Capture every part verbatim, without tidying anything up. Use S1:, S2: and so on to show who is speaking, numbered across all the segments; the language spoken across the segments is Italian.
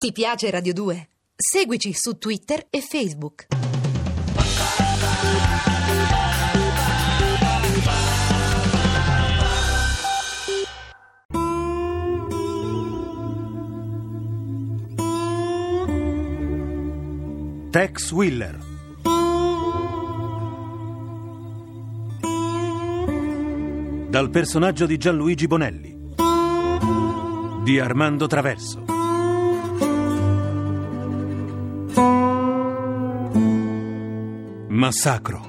S1: Ti piace Radio due? Seguici su Twitter e Facebook.
S2: Tex Willer. Dal personaggio di Gianluigi Bonelli, di Armando Traverso. Massacro.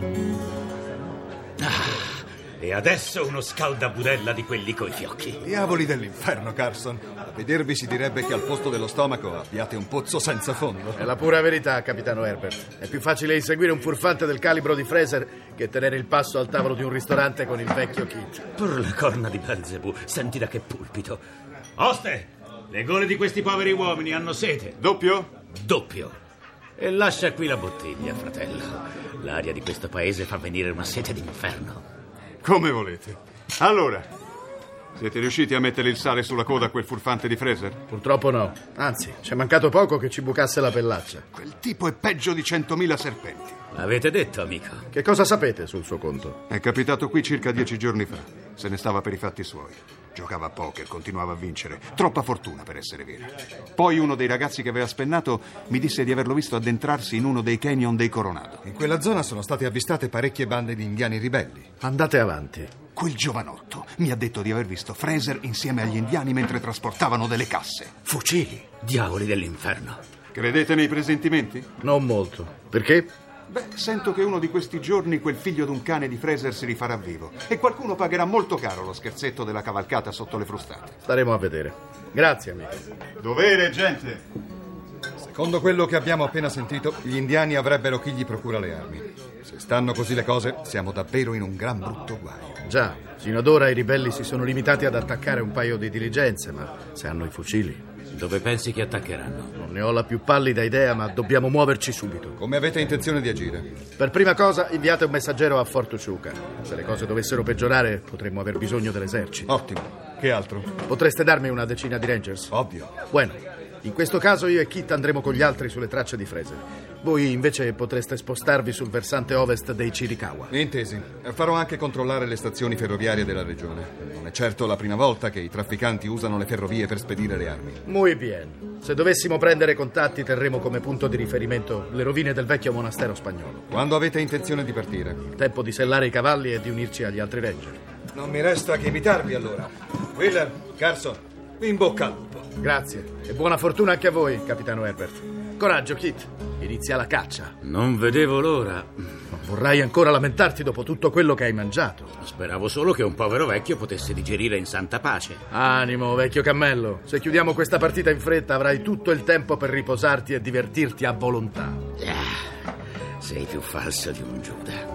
S3: Ah, e adesso uno scaldabudella di quelli coi fiocchi.
S4: Diavoli dell'inferno, Carson. A vedervi si direbbe che al posto dello stomaco abbiate un pozzo senza fondo.
S5: È la pura verità, capitano Herbert. È più facile inseguire un furfante del calibro di Fraser che tenere il passo al tavolo di un ristorante con il vecchio Kit.
S3: Per le corna di Belzebù, senti da che pulpito. Oste, le gole di questi poveri uomini hanno sete.
S4: Doppio?
S3: Doppio. E lascia qui la bottiglia, fratello. L'aria di questo paese fa venire una sete d'inferno.
S4: Come volete. Allora, siete riusciti a mettere il sale sulla coda a quel furfante di Fraser?
S5: Purtroppo no. Anzi, c'è mancato poco che ci bucasse la pellaccia.
S4: Quel tipo è peggio di centomila serpenti.
S3: L'avete detto, amico?
S5: Che cosa sapete sul suo conto?
S4: È capitato qui circa dieci giorni fa. Se ne stava per i fatti suoi. Giocava a poker, continuava a vincere. Troppa fortuna per essere vera. Poi uno dei ragazzi che aveva spennato mi disse di averlo visto addentrarsi in uno dei canyon dei Coronado.
S6: In quella zona sono state avvistate parecchie bande di indiani ribelli.
S5: Andate avanti.
S4: Quel giovanotto mi ha detto di aver visto Fraser insieme agli indiani mentre trasportavano delle casse.
S3: Fucili, diavoli dell'inferno.
S4: Credete nei presentimenti?
S5: Non molto. Perché?
S4: Beh, sento che uno di questi giorni quel figlio d'un cane di Fraser si rifarà vivo e qualcuno pagherà molto caro lo scherzetto della cavalcata sotto le frustate.
S5: Staremo a vedere. Grazie, amico.
S4: Dovere, gente!
S6: Secondo quello che abbiamo appena sentito, gli indiani avrebbero chi gli procura le armi. Se stanno così le cose, siamo davvero in un gran brutto guaio.
S5: Già, fino ad ora i ribelli si sono limitati ad attaccare un paio di diligenze, ma se hanno i fucili...
S3: Dove pensi che attaccheranno?
S5: Non ne ho la più pallida idea, ma dobbiamo muoverci subito.
S6: Come avete intenzione di agire?
S5: Per prima cosa, inviate un messaggero a Fort Huachuca. Se le cose dovessero peggiorare, potremmo aver bisogno dell'esercito.
S6: Ottimo. Che altro?
S5: Potreste darmi una decina di Rangers?
S6: Ovvio.
S5: Bueno, in questo caso io e Kit andremo con gli altri sulle tracce di Fraser. Voi invece potreste spostarvi sul versante ovest dei Chiricahua.
S6: Intesi. Farò anche controllare le stazioni ferroviarie della regione. Non è certo la prima volta che i trafficanti usano le ferrovie per spedire le armi.
S5: Muy bien. Se dovessimo prendere contatti, terremo come punto di riferimento le rovine del vecchio monastero spagnolo.
S6: Quando avete intenzione di partire?
S5: Il tempo di sellare i cavalli e di unirci agli altri ranger.
S6: Non mi resta che imitarvi allora. Willer, Carson, in bocca al lupo.
S5: Grazie. E buona fortuna anche a voi, capitano Herbert. Coraggio, Kit. Inizia la caccia.
S3: Non vedevo l'ora.
S5: Non vorrai ancora lamentarti dopo tutto quello che hai mangiato.
S3: Speravo solo che un povero vecchio potesse digerire in santa pace.
S5: Animo, vecchio cammello. Se chiudiamo questa partita in fretta avrai tutto il tempo per riposarti e divertirti a volontà.
S3: Ah, sei più falso di un Giuda.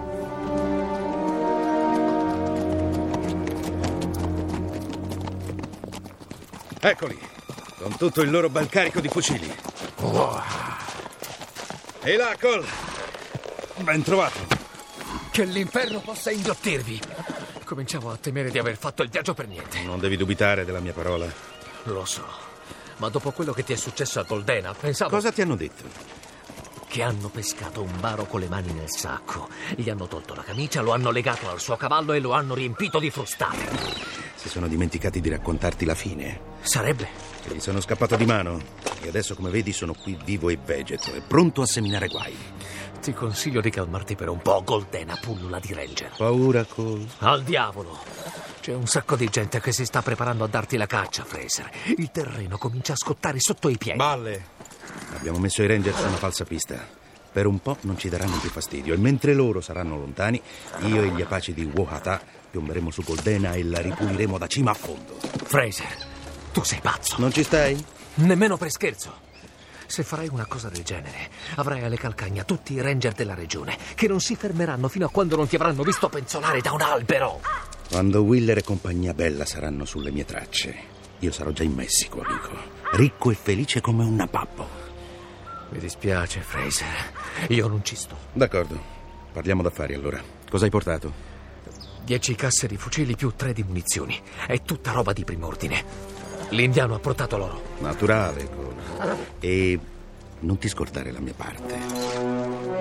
S7: Eccoli, con tutto il loro bel carico di fucili.
S3: Wow.
S7: Ehi là, Cole! Ben trovato.
S8: Che l'inferno possa inghiotirvi. Cominciavo a temere di aver fatto il viaggio per niente.
S7: Non devi dubitare della mia parola.
S8: Lo so, ma dopo quello che ti è successo a Goldena, pensavo...
S7: Cosa ti hanno detto?
S8: Che hanno pescato un baro con le mani nel sacco. Gli hanno tolto la camicia, lo hanno legato al suo cavallo e lo hanno riempito di frustate.
S7: Si sono dimenticati di raccontarti la fine.
S8: Sarebbe?
S7: Che gli sono scappato di mano. E adesso, come vedi, sono qui vivo e vegeto e pronto a seminare guai.
S8: Ti consiglio di calmarti per un po', Goldena, pullula di ranger.
S7: Paura, Cole?
S8: Al diavolo! C'è un sacco di gente che si sta preparando a darti la caccia, Fraser. Il terreno comincia a scottare sotto i piedi.
S7: Balle! Abbiamo messo i ranger su una falsa pista. Per un po' non ci daranno più fastidio. E mentre loro saranno lontani, io e gli apaci di Wohata piomberemo su Goldena e la ripuliremo da cima a fondo.
S8: Fraser, tu sei pazzo.
S7: Non ci stai?
S8: Nemmeno per scherzo. Se farai una cosa del genere, avrai alle calcagna tutti i ranger della regione che non si fermeranno fino a quando non ti avranno visto penzolare da un albero.
S7: Quando Willer e compagnia bella saranno sulle mie tracce, io sarò già in Messico, amico. Ricco e felice come un napappo.
S8: Mi dispiace, Fraser. Io non ci sto.
S7: D'accordo. Parliamo d'affari allora. Cosa hai portato?
S8: Dieci casse di fucili più tre di munizioni. È tutta roba di prim'ordine. L'indiano ha portato l'oro.
S7: Naturale, Cole. E non ti scordare la mia parte.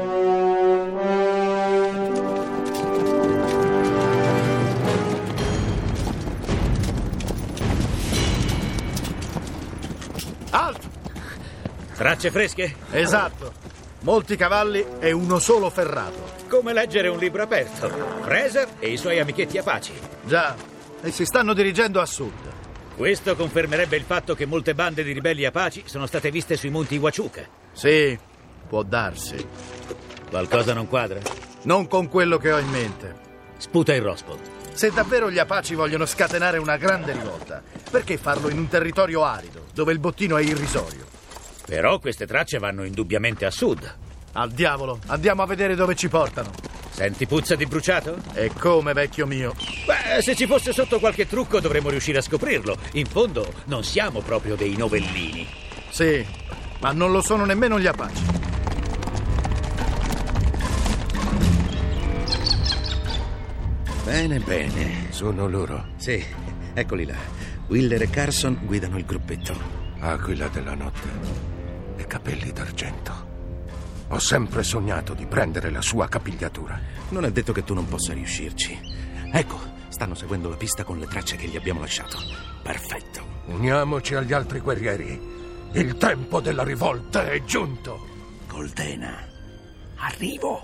S5: Alto!
S3: Tracce fresche?
S5: Esatto. Molti cavalli e uno solo ferrato.
S3: Come leggere un libro aperto. Fraser e i suoi amichetti apaci.
S5: Già, e si stanno dirigendo a sud.
S3: Questo confermerebbe il fatto che molte bande di ribelli apaci sono state viste sui monti Huachuca.
S5: Sì, può darsi.
S3: Qualcosa non quadra?
S5: Non con quello che ho in mente.
S3: Sputa il rospo.
S5: Se davvero gli Apache vogliono scatenare una grande rivolta, perché farlo in un territorio arido, dove il bottino è irrisorio?
S3: Però queste tracce vanno indubbiamente a sud.
S5: Al diavolo, andiamo a vedere dove ci portano.
S3: Senti puzza di bruciato?
S5: E come, vecchio mio?
S3: Beh, se ci fosse sotto qualche trucco dovremmo riuscire a scoprirlo. In fondo non siamo proprio dei novellini.
S5: Sì, ma non lo sono nemmeno gli Apache.
S7: Bene, bene.
S9: Sono loro.
S7: Sì, eccoli là. Wheeler e Carson guidano il gruppetto.
S9: Aquila della notte e capelli d'argento. Ho sempre sognato di prendere la sua capigliatura.
S7: Non è detto che tu non possa riuscirci. Ecco, stanno seguendo la pista con le tracce che gli abbiamo lasciato. Perfetto.
S9: Uniamoci agli altri guerrieri. Il tempo della rivolta è giunto.
S7: Goldena, arrivo.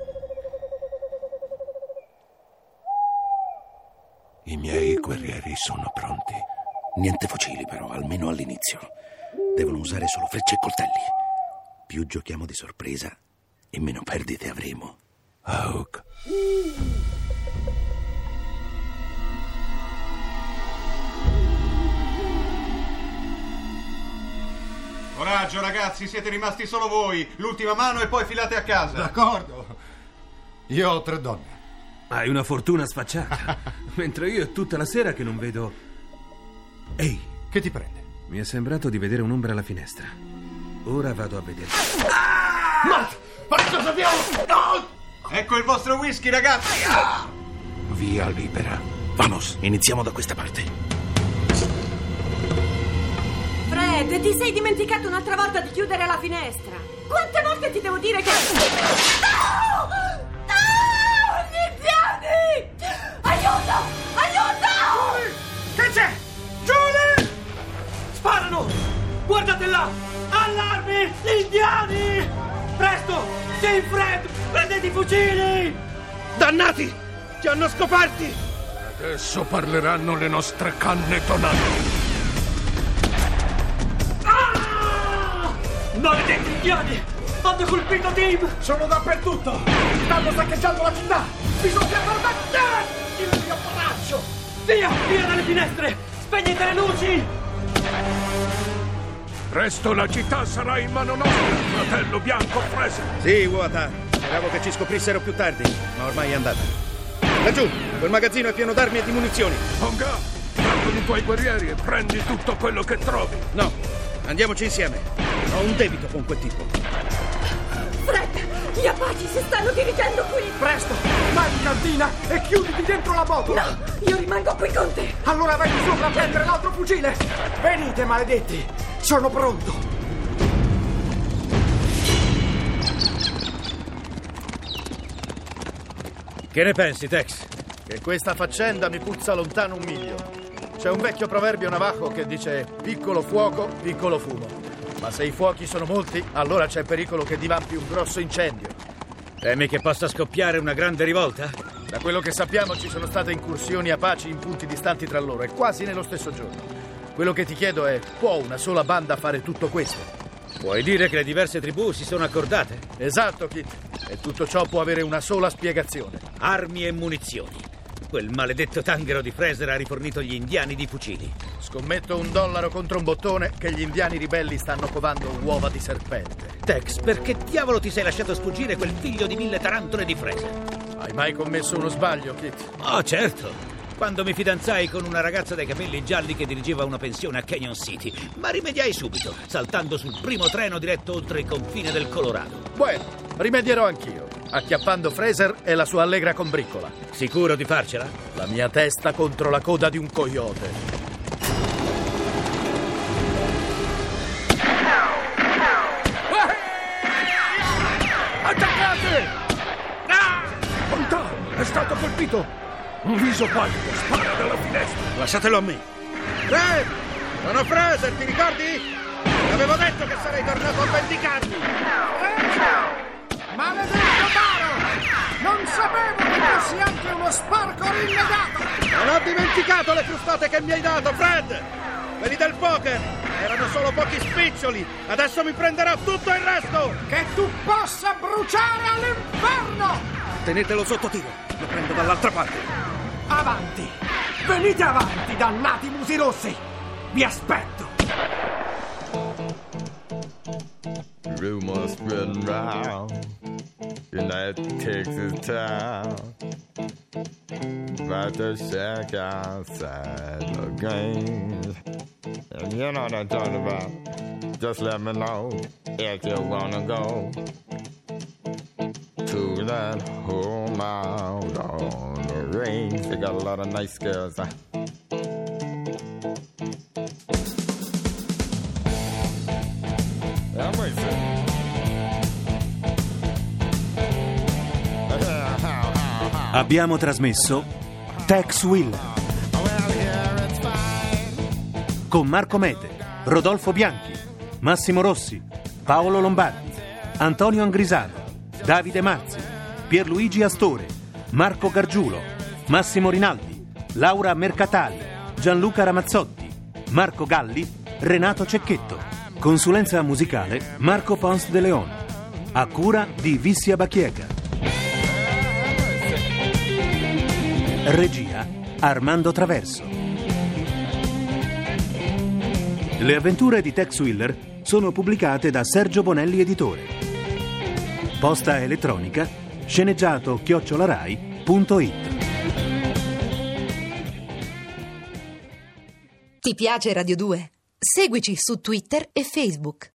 S9: I miei guerrieri sono pronti.
S7: Niente fucili, però, almeno all'inizio. Devono usare solo frecce e coltelli. Più giochiamo di sorpresa e meno perdite avremo.
S9: Hawk.
S4: Coraggio, ragazzi, siete rimasti solo voi. L'ultima mano e poi filate a casa.
S6: D'accordo. Io ho tre donne.
S2: Hai una fortuna sfacciata. Mentre io è tutta la sera che non vedo... Ehi,
S6: Che ti prende?
S2: mi è sembrato di vedere un'ombra alla finestra. Ora vado a vedere.
S5: Matt! Ma cosa abbiamo? No!
S4: Ecco il vostro whisky, ragazzi.
S9: Via libera.
S7: Vamos, iniziamo da questa parte.
S10: Fred, ti sei dimenticato un'altra volta di chiudere la finestra. Quante volte ti devo dire che... No! No! Gli indiani! Aiuto! Aiuto!
S8: Che c'è? Julie! Sparano! Guardate là! Allarmi! Gli indiani! Presto! Sì, Fred! Prendete i fucili! Dannati! Ci hanno scoperti!
S9: Adesso parleranno le nostre canne tonali.
S8: Ah! Maledetti indiani! Hanno colpito Tim! Sono dappertutto! Stanno saccheggiando la città! Bisogna fermarli! Il mio braccio! Via! Via dalle finestre! Spegnete le luci!
S9: Presto la città sarà in mano nostra, fratello bianco Fraser.
S7: Sì, Wata. Speravo che ci scoprissero più tardi, ma ormai è andata. Laggiù, quel magazzino è pieno d'armi e di munizioni.
S9: Ponga, va con i tuoi guerrieri e prendi tutto quello che trovi.
S7: No, andiamoci insieme. Ho un debito con quel tipo.
S10: Fred, gli Apache si stanno dirigendo qui!
S8: Presto! Vai in cantina e chiuditi dentro la botola!
S10: No, io rimango qui con te!
S8: Allora vai di sopra a prendere l'altro fucile! Venite, maledetti! Sono pronto!
S3: Che ne pensi, Tex?
S5: Che questa faccenda mi puzza lontano un miglio. C'è un vecchio proverbio navajo che dice piccolo fuoco, piccolo fumo. Ma se i fuochi sono molti, allora c'è pericolo che divampi un grosso incendio.
S3: Temi che possa scoppiare una grande rivolta?
S5: Da quello che sappiamo ci sono state incursioni Apache in punti distanti tra loro e quasi nello stesso giorno. Quello che ti chiedo è, può una sola banda fare tutto questo?
S3: Puoi dire che le diverse tribù si sono accordate?
S5: Esatto, Kit. E tutto ciò può avere una sola spiegazione.
S3: Armi e munizioni. Quel maledetto tanghero di Fraser ha rifornito gli indiani di fucili.
S5: Scommetto un dollaro contro un bottone che gli indiani ribelli stanno covando uova di serpente.
S3: Tex, perché diavolo ti sei lasciato sfuggire quel figlio di mille tarantole di Fraser?
S5: Hai mai commesso uno sbaglio, Kit?
S3: Oh, certo. Quando mi fidanzai con una ragazza dai capelli gialli che dirigeva una pensione a Canyon City. Ma rimediai subito, saltando sul primo treno diretto oltre il confine del Colorado.
S5: Bueno, rimedierò anch'io, acchiappando Fraser e la sua allegra combriccola.
S3: Sicuro di farcela?
S5: La mia testa contro la coda di un coyote.
S8: subito! Un viso pallido spara dalla finestra.
S7: Lasciatelo a me.
S3: Fred! Sono Fraser, ti ricordi? Ti avevo detto che sarei tornato a vendicarmi!
S8: Maledetto Baro! Non sapevo che fossi anche uno sporco rinnegato!
S3: Non ho dimenticato le frustate che mi hai dato, Fred! Quelli del poker erano solo pochi spiccioli! Adesso mi prenderò tutto il resto!
S8: Che tu possa bruciare all'inferno!
S7: Tenetelo sotto tiro. Lo prendo dall'altra parte.
S8: Avanti! Venite avanti, dannati musi rossi! Vi aspetto!
S11: Rumors spreading round United Texas town about to shack outside the games. And you know what I'm talking about. Just let me know if you wanna go to that home out on the range. They got a lot of nice girls. Huh? I'm racing.
S2: Abbiamo trasmesso Tex Willer con Marco Mete, Rodolfo Bianchi, Massimo Rossi, Paolo Lombardi, Antonio Angrisaro, Davide Marzi, Pierluigi Astore, Marco Gargiulo, Massimo Rinaldi, Laura Mercatali, Gianluca Ramazzotti, Marco Galli, Renato Cecchetto. Consulenza musicale Marco Pons de Leon. A cura di Vissia Bachieca. Regia Armando Traverso. Le avventure di Tex Willer sono pubblicate da Sergio Bonelli Editore. Posta elettronica sceneggiato chiocciolarai punto it.
S1: Ti piace Radio due? Seguici su Twitter e Facebook.